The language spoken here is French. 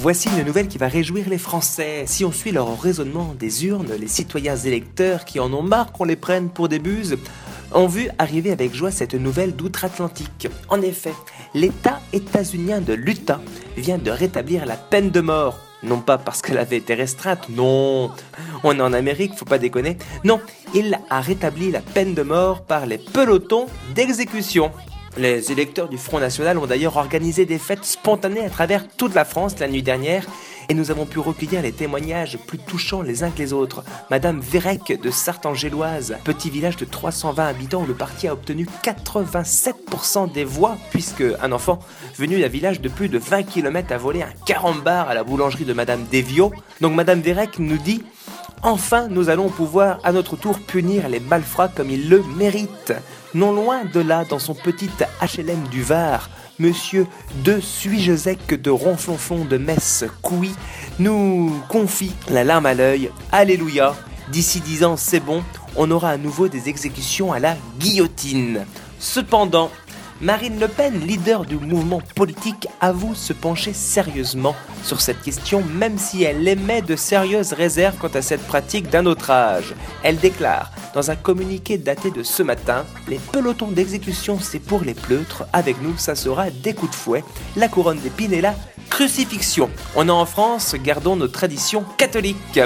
Voici une nouvelle qui va réjouir les Français. Si on suit leur raisonnement des urnes, les citoyens électeurs qui en ont marre qu'on les prenne pour des buses ont vu arriver avec joie cette nouvelle d'outre-Atlantique. En effet, l'État états-unien de l'Utah vient de rétablir la peine de mort. Non pas parce qu'elle avait été restreinte, non, on est en Amérique, faut pas déconner. Non, il a rétabli la peine de mort par les pelotons d'exécution. Les électeurs du Front National ont d'ailleurs organisé des fêtes spontanées à travers toute la France la nuit dernière et nous avons pu recueillir les témoignages plus touchants les uns que les autres. Madame Vérec de Sarthe-en-Géloise, petit village de 320 habitants où le parti a obtenu 87% des voix puisque un enfant venu d'un village de plus de 20 km a volé un carambar à la boulangerie de Madame Desviaux. Donc Madame Vérec nous dit: enfin, nous allons pouvoir à notre tour punir les malfrats comme ils le méritent. Non loin de là, dans son petit HLM du Var, Monsieur de Suijezec de Ronflonflon de Metz Couy nous confie la larme à l'œil. Alléluia, d'ici 10 ans c'est bon, on aura à nouveau des exécutions à la guillotine. Cependant, Marine Le Pen, leader du mouvement politique, avoue se pencher sérieusement sur cette question, même si elle émet de sérieuses réserves quant à cette pratique d'un autre âge. Elle déclare, dans un communiqué daté de ce matin, « Les pelotons d'exécution, c'est pour les pleutres. Avec nous, ça sera des coups de fouet, la couronne d'épines et la crucifixion. On est en France, gardons nos traditions catholiques. »